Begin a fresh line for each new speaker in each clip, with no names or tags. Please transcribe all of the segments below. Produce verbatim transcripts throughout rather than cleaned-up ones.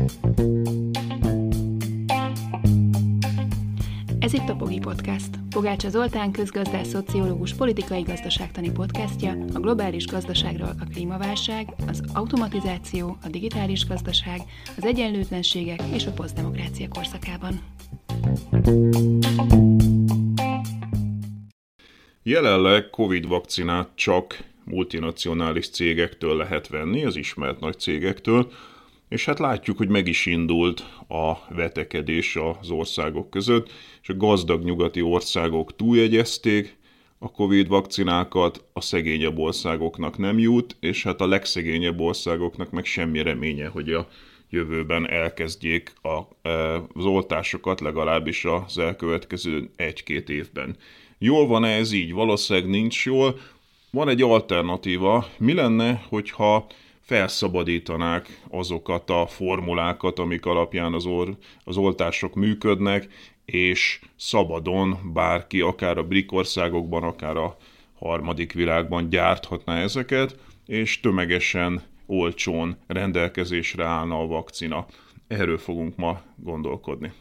Ez itt a Pogi Podcast. Pogácsa Zoltán közgazdász, szociológus, politikai gazdaságtani podcastja a globális gazdaságról, a klímaválság, az automatizáció, a digitális gazdaság, az egyenlőtlenségek és a posztdemokrácia korszakában.
Jelenleg Covid vakcinát csak multinacionális cégektől lehet venni, az ismert nagy cégektől, és hát látjuk, hogy meg is indult a vetekedés az országok között, és a gazdag nyugati országok túljegyezték a Covid vakcinákat, a szegényebb országoknak nem jut, és hát a legszegényebb országoknak meg semmi reménye, hogy a jövőben elkezdjék a, az oltásokat, legalábbis az elkövetkező egy-két évben. Jól van ez így? Valószínűleg nincs jól. Van egy alternatíva. Mi lenne, hogyha felszabadítanák azokat a formulákat, amik alapján az, or- az oltások működnek, és szabadon bárki, akár a BRIC országokban, akár a harmadik világban gyárthatná ezeket, és tömegesen, olcsón rendelkezésre állna a vakcina. Erről fogunk ma gondolkodni.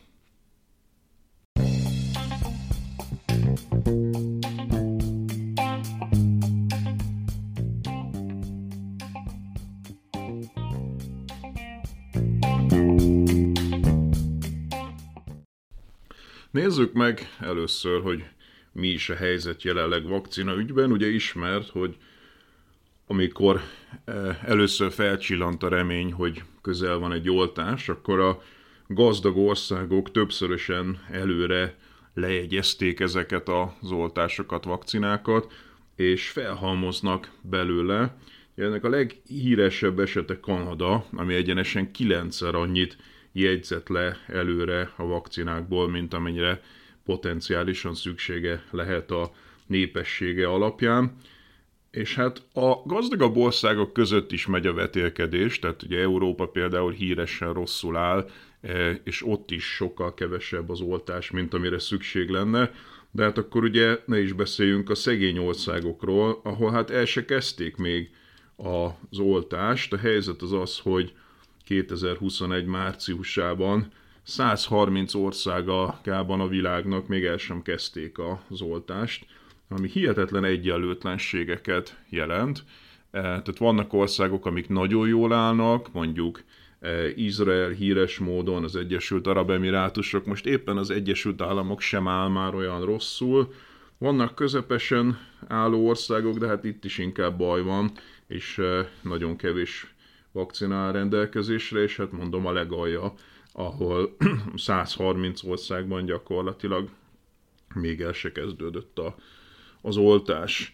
Nézzük meg először, hogy mi is a helyzet jelenleg vakcina ügyben. Ugye ismert, hogy amikor először felcsillant a remény, hogy közel van egy oltás, akkor a gazdag országok többszörösen előre lejegyezték ezeket az oltásokat, vakcinákat, és felhalmoznak belőle. Ennek a leghíresebb esete Kanada, ami egyenesen kilencszer annyit jegyzett le előre a vakcinákból, mint amennyire potenciálisan szüksége lehet a népessége alapján. És hát a gazdagabb országok között is megy a vetélkedés, tehát ugye Európa például híresen rosszul áll, és ott is sokkal kevesebb az oltás, mint amire szükség lenne. De hát akkor ugye ne is beszéljünk a szegény országokról, ahol hát el se kezdték még az oltást. A helyzet az az, hogy kétezer-huszonegy márciusában száz harminc országában a világnak még el sem kezdték az oltást, ami hihetetlen egyenlőtlenségeket jelent. Tehát vannak országok, amik nagyon jól állnak, mondjuk Izrael híres módon, az Egyesült Arab Emirátusok, most éppen az Egyesült Államok sem áll már olyan rosszul. Vannak közepesen álló országok, de hát itt is inkább baj van, és nagyon kevés vakcina rendelkezésre, és hát mondom a legalja, ahol száz harminc országban gyakorlatilag még el se kezdődött a, az oltás.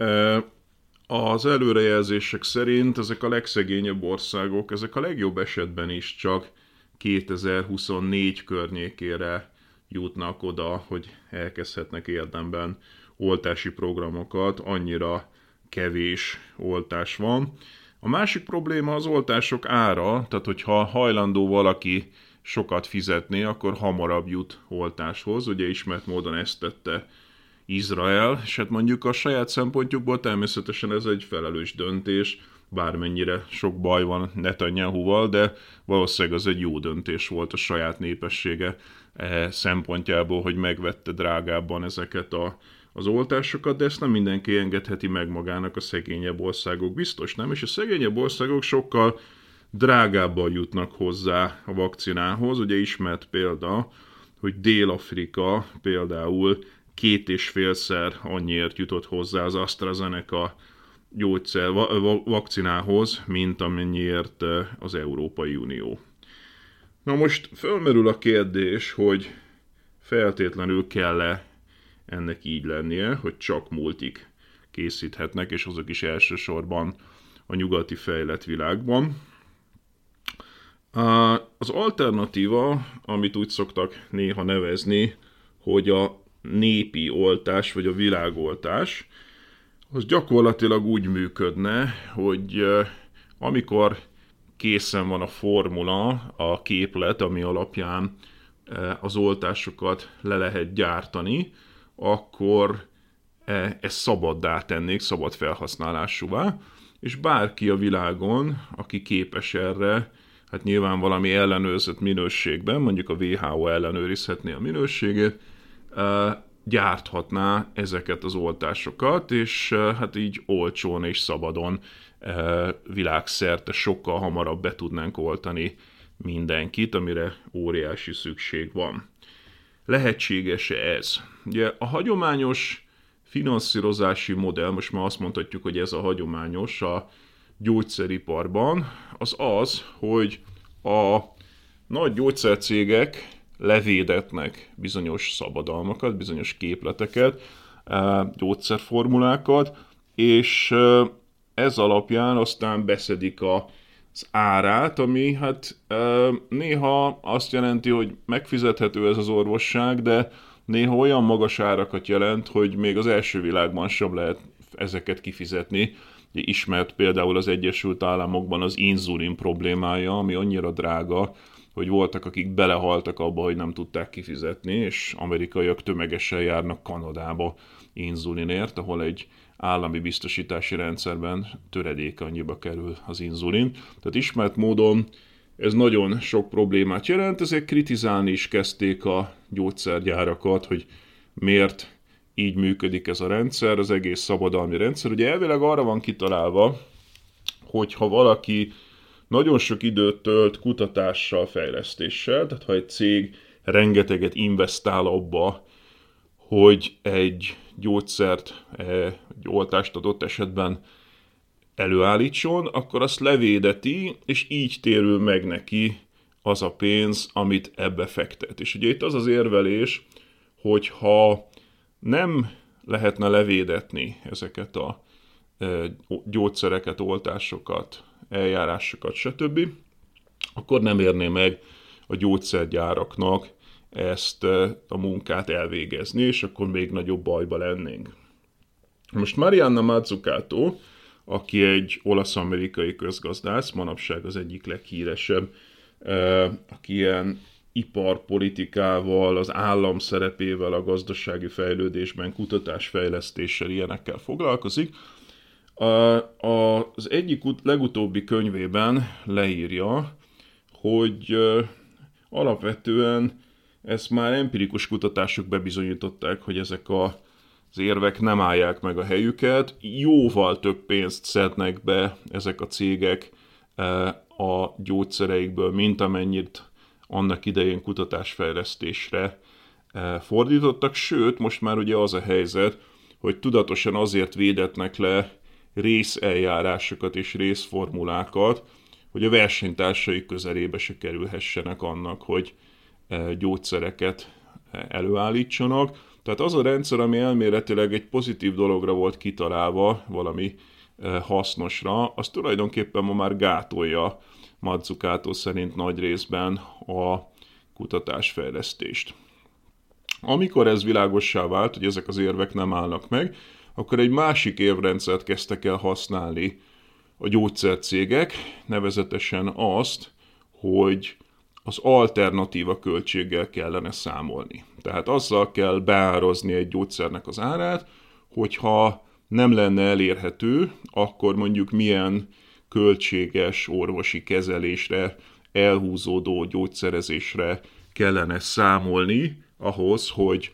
Az előrejelzések szerint ezek a legszegényebb országok, ezek a legjobb esetben is csak kétezer-huszonnégy környékére jutnak oda, hogy elkezdhetnek érdemben oltási programokat, annyira kevés oltás van. A másik probléma az oltások ára, tehát hogyha hajlandó valaki sokat fizetni, akkor hamarabb jut oltáshoz. Ugye ismert módon ezt tette Izrael, és hát mondjuk a saját szempontjukból természetesen ez egy felelős döntés, bármennyire sok baj van Netanyahuval, de valószínűleg az egy jó döntés volt a saját népessége szempontjából, hogy megvette drágábban ezeket a az oltásokat, de ezt nem mindenki engedheti meg magának, a szegényebb országok biztos nem, és a szegényebb országok sokkal drágábban jutnak hozzá a vakcinához. Ugye ismert példa, hogy Dél-Afrika például két és félszer annyiért jutott hozzá az AstraZeneca gyógyszer vakcinához, mint amennyiért az Európai Unió. Na most fölmerül a kérdés, hogy feltétlenül kell-e ennek így lennie, hogy csak multik készíthetnek, és azok is elsősorban a nyugati fejlett világban. Az alternatíva, amit úgy szoktak néha nevezni, hogy a népi oltás, vagy a világoltás, az gyakorlatilag úgy működne, hogy amikor készen van a formula, a képlet, ami alapján az oltásokat le lehet gyártani, akkor ezt szabaddá tennék, szabad felhasználásúvá, és bárki a világon, aki képes erre, hát nyilván valami ellenőrzött minőségben, mondjuk a dupla vé há o ellenőrizhetné a minőségét, gyárthatná ezeket az oltásokat, és hát így olcsón és szabadon világszerte sokkal hamarabb be tudnánk oltani mindenkit, amire óriási szükség van. Lehetséges-e ez? Ugye a hagyományos finanszírozási modell, most már azt mondhatjuk, hogy ez a hagyományos a gyógyszeriparban, az az, hogy a nagy gyógyszercégek levédetnek bizonyos szabadalmakat, bizonyos képleteket, gyógyszerformulákat, és ez alapján aztán beszedik az árát, ami hát néha azt jelenti, hogy megfizethető ez az orvosság, de néha olyan magas árakat jelent, hogy még az első világban sem lehet ezeket kifizetni. Ismert például az Egyesült Államokban az inzulin problémája, ami annyira drága, hogy voltak, akik belehaltak abba, hogy nem tudták kifizetni, és amerikaiak tömegesen járnak Kanadába inzulinért, ahol egy állami biztosítási rendszerben töredék annyiba kerül az inzulin. Tehát ismert módon ez nagyon sok problémát jelent, ezért kritizálni is kezdték a gyógyszergyárakat, hogy miért így működik ez a rendszer, az egész szabadalmi rendszer. Ugye elvileg arra van kitalálva, hogy ha valaki nagyon sok időt tölt kutatással, fejlesztéssel, tehát ha egy cég rengeteget investál abba, hogy egy gyógyszert, egy oltást adott esetben előállítson, akkor azt levédeti, és így térül meg neki az a pénz, amit ebbe fektet. És ugye itt az az érvelés, hogy ha nem lehetne levédetni ezeket a gyógyszereket, oltásokat, eljárásokat, stb., akkor nem érné meg a gyógyszergyáraknak ezt a munkát elvégezni, és akkor még nagyobb bajba lennénk. Most Marianna Mazzucato, aki egy olasz-amerikai közgazdász, manapság az egyik leghíresebb, aki ilyen iparpolitikával, az állam szerepével, a gazdasági fejlődésben, kutatásfejlesztéssel, ilyenekkel foglalkozik. Az egyik legutóbbi könyvében leírja, hogy alapvetően ezt már empirikus kutatások bebizonyították, hogy ezek az érvek nem állják meg a helyüket, jóval több pénzt szednek be ezek a cégek a gyógyszereikből, mint amennyit annak idején kutatásfejlesztésre fordítottak, sőt, most már ugye az a helyzet, hogy tudatosan azért védetnek le részeljárásokat és részformulákat, hogy a versenytársaik közelébe se kerülhessenek annak, hogy gyógyszereket előállítsanak. Tehát az a rendszer, ami elméletileg egy pozitív dologra volt kitalálva, valami hasznosra, az tulajdonképpen ma már gátolja Mazzucato szerint nagy részben a kutatásfejlesztést. Amikor ez világossá vált, hogy ezek az érvek nem állnak meg, akkor egy másik érvrendszert kezdtek el használni a gyógyszercégek, nevezetesen azt, hogy az alternatíva költséggel kellene számolni. Tehát azzal kell beárazni egy gyógyszernek az árát, hogyha nem lenne elérhető, akkor mondjuk milyen költséges orvosi kezelésre, elhúzódó gyógyszerezésre kellene számolni ahhoz, hogy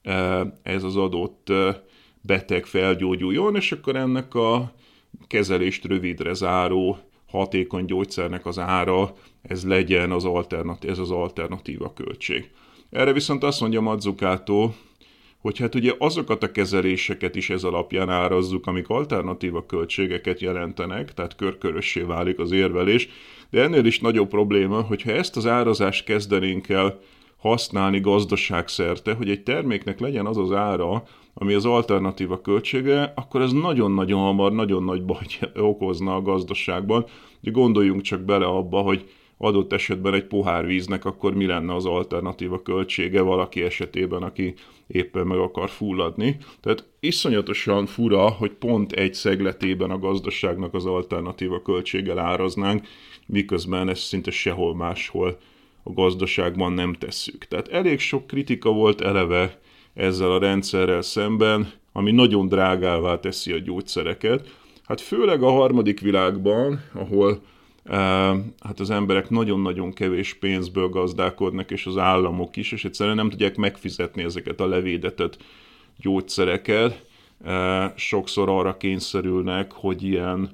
ez az adott beteg felgyógyuljon, és akkor ennek a kezelést rövidre záró hatékony gyógyszernek az ára, ez legyen az alternatív, ez az alternatíva költség. Erre viszont azt mondja Mazzucato, hogy hát ugye azokat a kezeléseket is ez alapján árazzuk, amik alternatíva költségeket jelentenek, tehát körkörössé válik az érvelés, de ennél is nagyobb probléma, hogyha ezt az árazást kezdenénk el használni gazdaságszerte, hogy egy terméknek legyen az az ára, ami az alternatíva költsége, akkor ez nagyon-nagyon hamar, nagyon nagy bajt okozna a gazdaságban. Gondoljunk csak bele abba, hogy adott esetben egy pohár víznek akkor mi lenne az alternatíva költsége valaki esetében, aki éppen meg akar fulladni. Tehát iszonyatosan fura, hogy pont egy szegletében a gazdaságnak az alternatíva költséggel áraznánk, miközben ezt szinte sehol máshol a gazdaságban nem tesszük. Tehát elég sok kritika volt eleve ezzel a rendszerrel szemben, ami nagyon drágává teszi a gyógyszereket. Hát főleg a harmadik világban, ahol hát az emberek nagyon-nagyon kevés pénzből gazdálkodnak, és az államok is, és egyszerűen nem tudják megfizetni ezeket a levédetett gyógyszereket. Sokszor arra kényszerülnek, hogy ilyen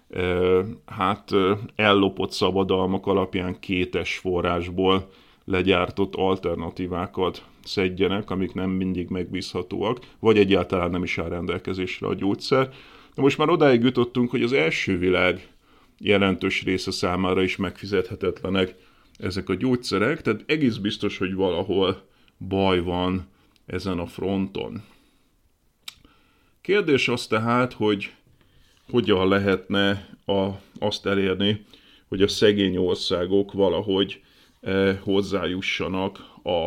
hát ellopott szabadalmak alapján kétes forrásból legyártott alternatívákat szedjenek, amik nem mindig megbízhatóak, vagy egyáltalán nem is áll rendelkezésre a gyógyszer. De most már odáig jutottunk, hogy az első világ jelentős része számára is megfizethetetlenek ezek a gyógyszerek, tehát egész biztos, hogy valahol baj van ezen a fronton. Kérdés az tehát, hogy hogyan lehetne a, azt elérni, hogy a szegény országok valahogy eh, hozzájussanak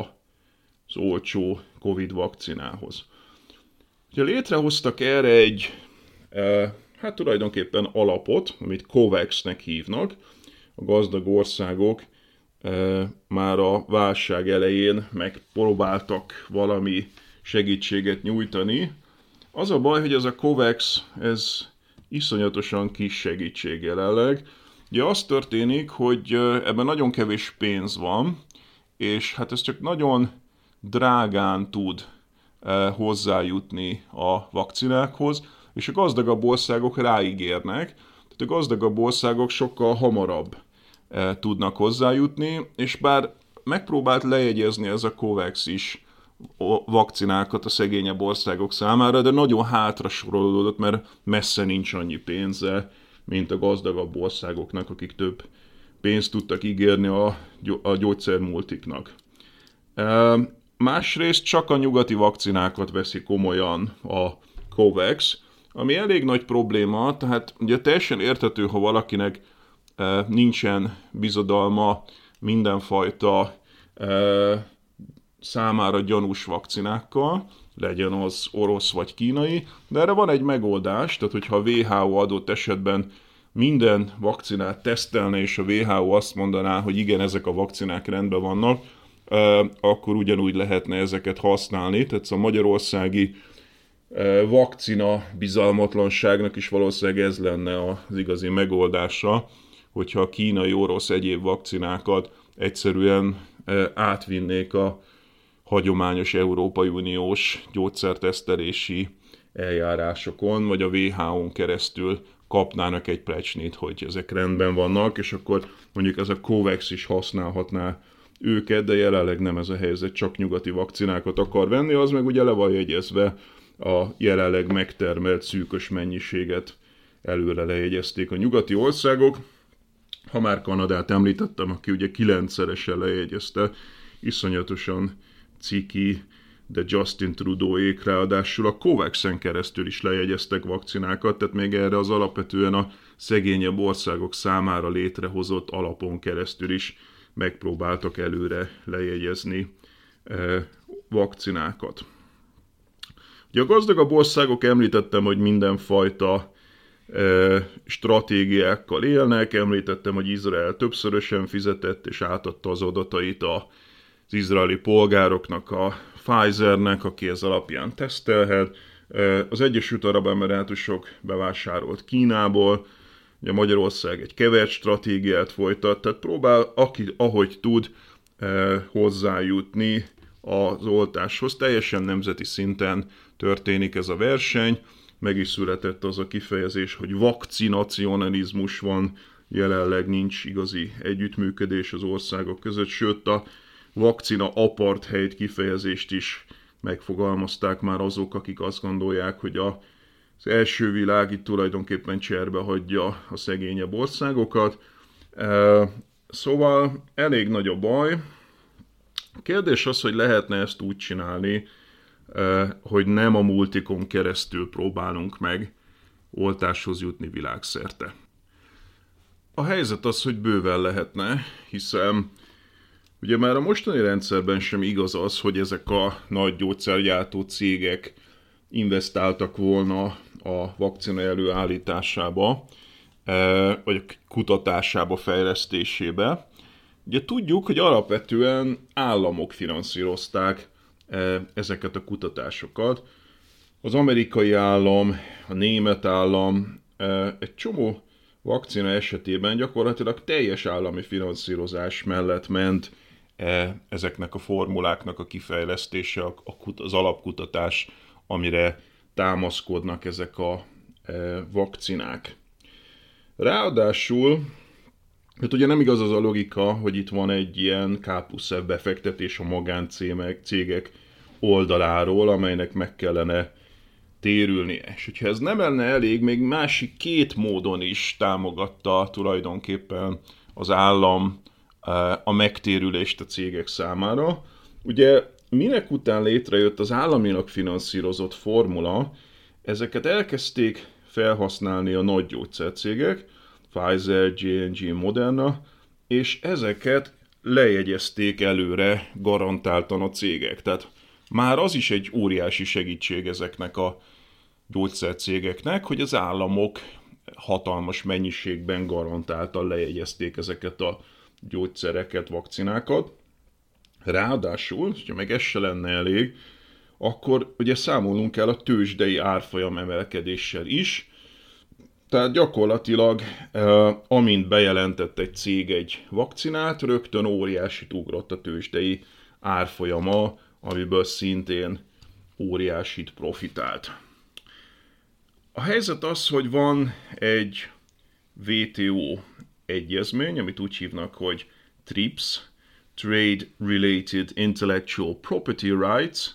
az olcsó Covid vakcinához. Ugye létrehoztak erre egy eh, hát tulajdonképpen alapot, amit COVAX-nek hívnak. A gazdag országok eh, már a válság elején megpróbáltak valami segítséget nyújtani. Az a baj, hogy ez a COVAX, ez iszonyatosan kis segítség jelenleg. Ugye az történik, hogy ebben nagyon kevés pénz van, és hát ez csak nagyon drágán tud hozzájutni a vakcinákhoz, és a gazdagabb országok ráígérnek, tehát a gazdagabb országok sokkal hamarabb tudnak hozzájutni, és bár megpróbált lejegyezni ez a COVAX is vakcinákat a szegényebb országok számára, de nagyon hátra sorolódott, mert messze nincs annyi pénze, mint a gazdagabb országoknak, akik több pénzt tudtak ígérni a, a gyógyszermultiknak. E, másrészt csak a nyugati vakcinákat veszi komolyan a COVAX, ami elég nagy probléma, tehát ugye teljesen érthető, ha valakinek e, nincsen bizodalma mindenfajta e, számára gyanús vakcinákkal, legyen az orosz vagy kínai, de erre van egy megoldás, tehát hogyha a dupla vé há ó adott esetben minden vakcinát tesztelne, és a dupla vé há ó azt mondaná, hogy igen, ezek a vakcinák rendben vannak, akkor ugyanúgy lehetne ezeket használni. Tehát a magyarországi vakcina bizalmatlanságnak is valószínűleg ez lenne az igazi megoldása, hogyha a kínai, orosz, egyéb vakcinákat egyszerűen átvinnék a hagyományos Európai Uniós gyógyszertesztelési eljárásokon, vagy a dupla vé há ó-n keresztül kapnának egy plecsnit, hogy ezek rendben vannak, és akkor mondjuk ez a COVAX is használhatná őket, de jelenleg nem ez a helyzet, csak nyugati vakcinákat akar venni, az meg ugye le van jegyezve, a jelenleg megtermelt szűkös mennyiséget előre lejegyezték a nyugati országok. Ha már Kanadát említettem, aki ugye kilencszeresen lejegyezte, iszonyatosan ciki, de Justin Trudeauék ráadásul a COVAX-en keresztül is lejegyeztek vakcinákat, tehát még erre az alapvetően a szegényebb országok számára létrehozott alapon keresztül is megpróbáltak előre lejegyezni eh, vakcinákat. Ugye a gazdagabb országok, említettem, hogy mindenfajta eh, stratégiákkal élnek, említettem, hogy Izrael többszörösen fizetett és átadta az adatait a az izraeli polgároknak, a Pfizernek, aki ez alapján tesztelhet. Az Egyesült Arab Emirátusok bevásárolt Kínából, ugye Magyarország egy kevert stratégiát folytat, tehát próbál, aki ahogy tud hozzájutni az oltáshoz. Teljesen nemzeti szinten történik ez a verseny, meg is született az a kifejezés, hogy vakcinacionalizmus van, jelenleg nincs igazi együttműködés az országok között, sőt a vakcina apartheid kifejezést is megfogalmazták már azok, akik azt gondolják, hogy a, az első világ itt tulajdonképpen cserbe hagyja a szegényebb országokat. Szóval elég nagy a baj. A kérdés az, hogy lehetne ezt úgy csinálni, hogy nem a multikon keresztül próbálunk meg oltáshoz jutni világszerte. A helyzet az, hogy bőven lehetne, hiszen ugye már a mostani rendszerben sem igaz az, hogy ezek a nagy gyógyszergyártó cégek investáltak volna a vakcina előállításába, vagy a kutatásába, fejlesztésébe. Ugye tudjuk, hogy alapvetően államok finanszírozták ezeket a kutatásokat. Az amerikai állam, a német állam, egy csomó vakcina esetében gyakorlatilag teljes állami finanszírozás mellett ment ezeknek a formuláknak a kifejlesztése, az alapkutatás, amire támaszkodnak ezek a vakcinák. Ráadásul, hát ugye nem igaz az a logika, hogy itt van egy ilyen K plusz F befektetés a magáncégek oldaláról, amelynek meg kellene térülnie. És hogyha ez nem lenne elég, még másik két módon is támogatta tulajdonképpen az állam a megtérülést a cégek számára. Ugye minek után létrejött az államilag finanszírozott formula, ezeket elkezdték felhasználni a nagy gyógyszercégek, Pfizer, J and J, Moderna, és ezeket lejegyezték előre garantáltan a cégek. Tehát már az is egy óriási segítség ezeknek a gyógyszercégeknek, hogy az államok hatalmas mennyiségben garantáltan lejegyezték ezeket a gyógyszereket, vakcinákat. Ráadásul, ha meg ez se lenne elég, akkor ugye számolnunk kell a tőzsdei árfolyam emelkedéssel is. Tehát gyakorlatilag, amint bejelentett egy cég egy vakcinát, rögtön óriásit ugrott a tőzsdei árfolyama, amiből szintén óriásit profitált. A helyzet az, hogy van egy W T O egyezmény, amit úgy hívnak, hogy TRIPS, Trade Related Intellectual Property Rights,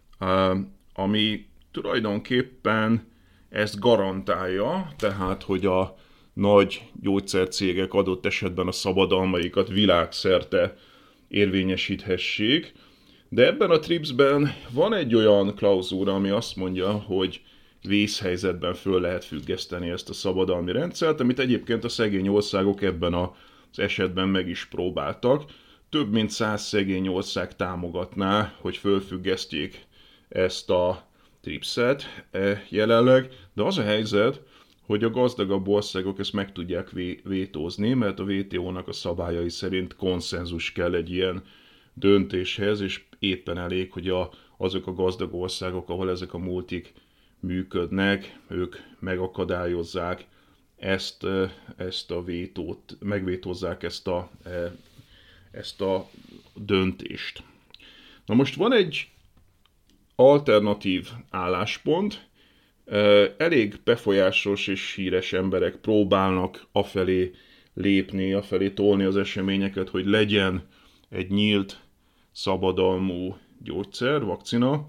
ami tulajdonképpen ezt garantálja, tehát hogy a nagy gyógyszercégek adott esetben a szabadalmaikat világszerte érvényesíthessék, de ebben a TRIPS-ben van egy olyan klauzúra, ami azt mondja, hogy vészhelyzetben föl lehet függeszteni ezt a szabadalmi rendszert, amit egyébként a szegény országok ebben az esetben meg is próbáltak. Több mint száz szegény ország támogatná, hogy fölfüggesztjék ezt a TRIPS-et jelenleg, de az a helyzet, hogy a gazdagabb országok ezt meg tudják vétózni, mert a W T O-nak a szabályai szerint konszenzus kell egy ilyen döntéshez, és éppen elég, hogy a, azok a gazdag országok, ahol ezek a multik működnek, ők megakadályozzák ezt, ezt a vétót, megvétózzák ezt a, ezt a döntést. Na most van egy alternatív álláspont, elég befolyásos és híres emberek próbálnak afelé lépni, afelé tolni az eseményeket, hogy legyen egy nyílt, szabadalmú gyógyszer, vakcina.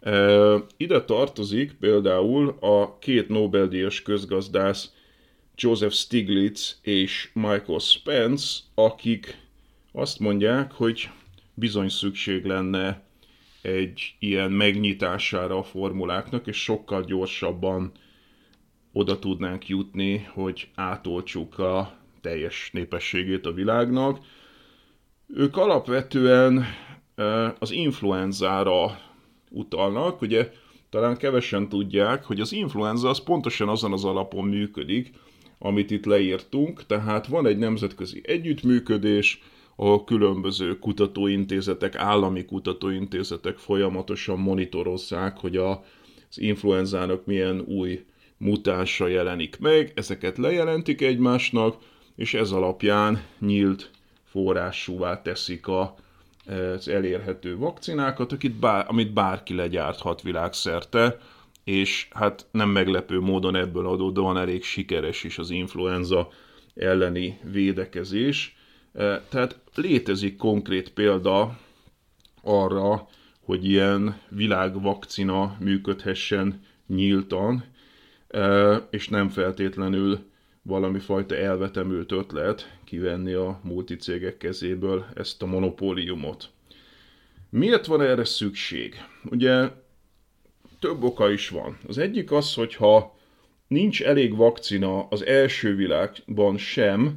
Ide tartozik például a két Nobel-díjas közgazdász, Joseph Stiglitz és Michael Spence, akik azt mondják, hogy bizony szükség lenne egy ilyen megnyitására a formuláknak, és sokkal gyorsabban oda tudnánk jutni, hogy átoltsuk a teljes népességét a világnak. Ők alapvetően az influenzára utalnak, ugye talán kevesen tudják, hogy az influenza az pontosan azon az alapon működik, amit itt leírtunk, tehát van egy nemzetközi együttműködés, ahol különböző kutatóintézetek, állami kutatóintézetek folyamatosan monitorozzák, hogy az influenzának milyen új mutánsa jelenik meg, ezeket lejelentik egymásnak, és ez alapján nyílt forrásúvá teszik a, az elérhető vakcinákat, akit bár, amit bárki legyárthat világszerte, és hát nem meglepő módon ebből adódóan elég sikeres is az influenza elleni védekezés. Tehát létezik konkrét példa arra, hogy ilyen világvakcina működhessen nyíltan, és nem feltétlenül valami fajta elvetemült ötlet kivenni a multicégek kezéből ezt a monopóliumot. Miért van erre szükség? Ugye több oka is van. Az egyik az, hogyha nincs elég vakcina az első világban sem,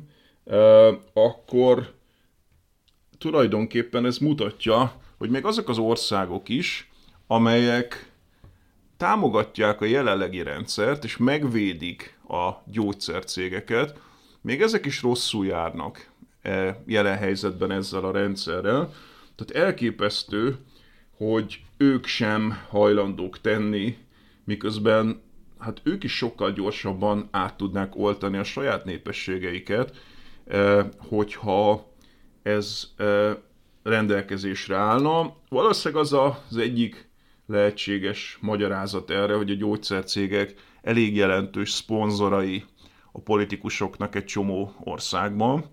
akkor tulajdonképpen ez mutatja, hogy még azok az országok is, amelyek támogatják a jelenlegi rendszert, és megvédik a gyógyszercégeket, még ezek is rosszul járnak jelen helyzetben ezzel a rendszerrel. Tehát elképesztő, hogy ők sem hajlandók tenni, miközben hát ők is sokkal gyorsabban át tudnák oltani a saját népességeiket, hogyha ez rendelkezésre állna. Valószínűleg az az egyik lehetséges magyarázat erre, hogy a gyógyszercégek elég jelentős szponzorai a politikusoknak egy csomó országban,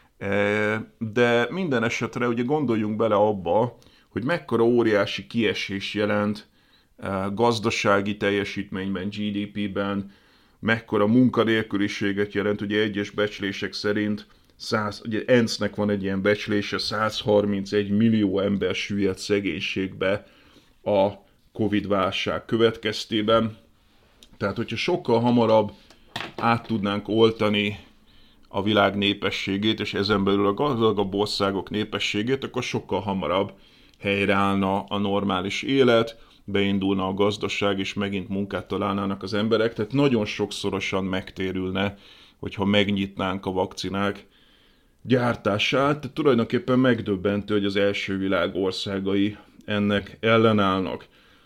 de minden esetre ugye gondoljunk bele abba, hogy mekkora óriási kiesés jelent gazdasági teljesítményben, gé dé pében, mekkora munkanélküliséget jelent, ugye egyes becslések szerint, száz, ugye en es zé-nek van egy ilyen becslése, száz harmincegy millió ember süllyedt szegénységbe a Covid-válság következtében. Tehát, hogyha sokkal hamarabb át tudnánk oltani a világ népességét, és ezen belül a gazdagabb országok népességét, akkor sokkal hamarabb helyreállna a normális élet, beindulna a gazdaság, és megint munkát találnának az emberek, tehát nagyon sokszorosan megtérülne, hogyha megnyitnánk a vakcinák gyártását. Tehát tulajdonképpen megdöbbentő, hogy az első világ országai ennek ellenállnak.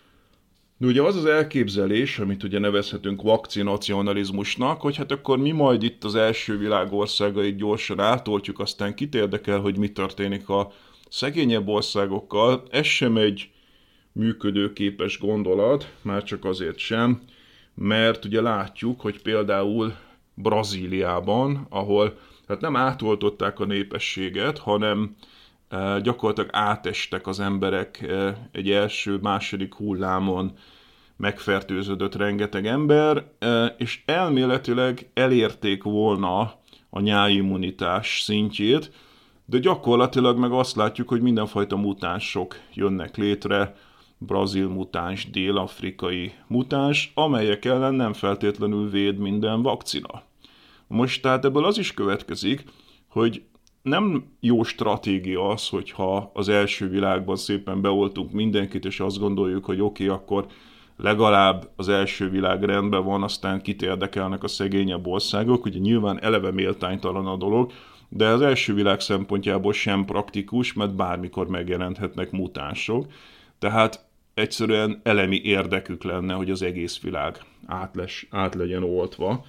De ugye az az elképzelés, amit ugye nevezhetünk vakcinacionalizmusnak, hogy hát akkor mi majd itt az első világ országait gyorsan átoltjuk, aztán kit érdekel, hogy mi történik a szegényebb országokkal. Ez sem egy működőképes gondolat, már csak azért sem, mert ugye látjuk, hogy például Brazíliában, ahol hát nem átoltották a népességet, hanem e, gyakorlatilag átestek az emberek e, egy első, második hullámon, megfertőződött rengeteg ember, e, és elméletileg elérték volna a nyáimmunitás szintjét, de gyakorlatilag meg azt látjuk, hogy mindenfajta mutánsok jönnek létre, brazil mutáns, dél-afrikai mutáns, amelyek ellen nem feltétlenül véd minden vakcina. Most tehát ebből az is következik, hogy nem jó stratégia az, hogyha az első világban szépen beoltunk mindenkit, és azt gondoljuk, hogy oké, okay, akkor legalább az első világ rendben van, aztán kit érdekelnek a szegényebb országok. Ugye nyilván eleve méltánytalan a dolog, de az első világ szempontjából sem praktikus, mert bármikor megjelenthetnek mutánsok. Tehát egyszerűen elemi érdekük lenne, hogy az egész világ át, les, át legyen oltva.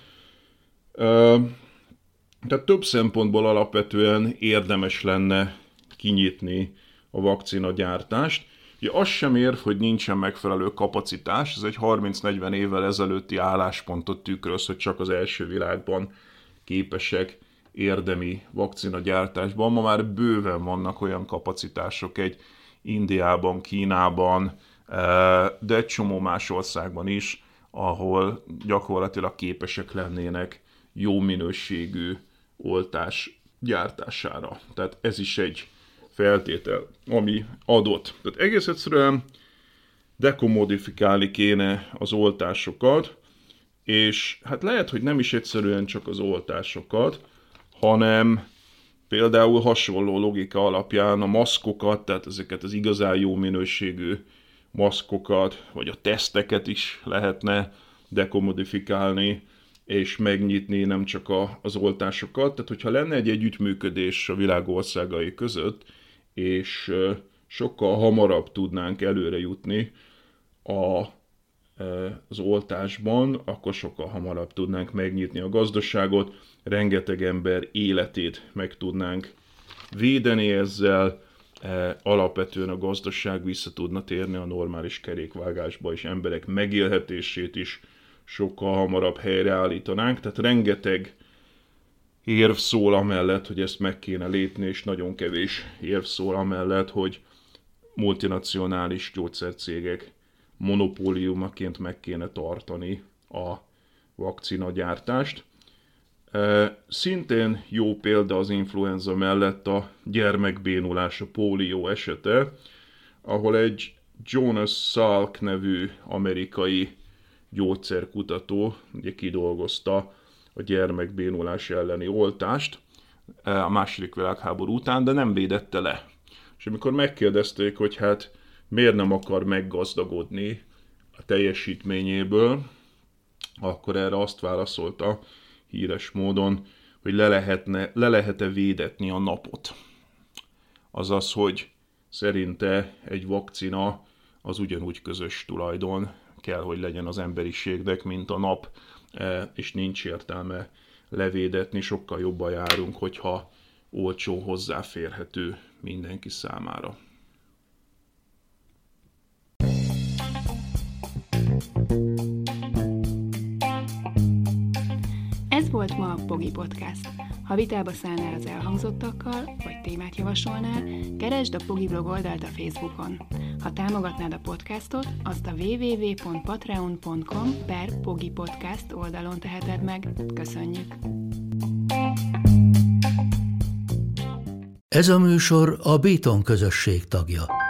Tehát több szempontból alapvetően érdemes lenne kinyitni a vakcinagyártást. Ugye az sem érv, hogy nincsen megfelelő kapacitás, ez egy harminc-negyven évvel ezelőtti álláspontot tükröz, hogy csak az első világban képesek érdemi vakcinagyártásban. Ma már bőven vannak olyan kapacitások egy Indiában, Kínában, de egy csomó más országban is, ahol gyakorlatilag képesek lennének jó minőségű oltás gyártására. Tehát ez is egy feltétel, ami adott. Tehát egész egyszerűen dekommodifikálni kéne az oltásokat, és hát lehet, hogy nem is egyszerűen csak az oltásokat, hanem például hasonló logika alapján a maszkokat, tehát ezeket az igazán jó minőségű maszkokat, vagy a teszteket is lehetne dekommodifikálni, és megnyitni nem csak a, az oltásokat. Tehát, hogyha lenne egy együttműködés a világ országai között, és sokkal hamarabb tudnánk előre jutni a, az oltásban, akkor sokkal hamarabb tudnánk megnyitni a gazdaságot, rengeteg ember életét meg tudnánk védeni ezzel, alapvetően a gazdaság vissza tudna térni a normális kerékvágásba, és emberek megélhetését is sokkal hamarabb helyreállítanánk. Tehát rengeteg érv szól amellett, hogy ezt meg kéne lépni, és nagyon kevés érv szól amellett, hogy multinacionális gyógyszercégek monopóliumaként meg kéne tartani a vakcinagyártást. Szintén jó példa az influenza mellett a gyermekbénulás, a pólió esete, ahol egy Jonas Salk nevű amerikai gyógyszerkutató ugye kidolgozta a gyermekbénulás elleni oltást a második világháború után, de nem védette le. És amikor megkérdezték, hogy hát miért nem akar meggazdagodni a teljesítményéből, akkor erre azt válaszolta híres módon, hogy le, lehetne, le lehet-e védetni a napot. Azaz, hogy szerinte egy vakcina az ugyanúgy közös tulajdon, kell, hogy legyen az emberiségnek, mint a nap, és nincs értelme levédetni, sokkal jobban járunk, hogyha olcsó, hozzáférhető mindenki számára.
Ez volt ma a Pogi Podcast. Ha vitába szállnál az elhangzottakkal, vagy témát javasolnál, keresd a Pogi blog oldalt a Facebookon. Ha támogatnád a podcastot, azt a double-u double-u double-u pont patreon pont com per Pogi Podcast oldalon teheted meg. Köszönjük!
Ez a műsor a Béton közösség tagja.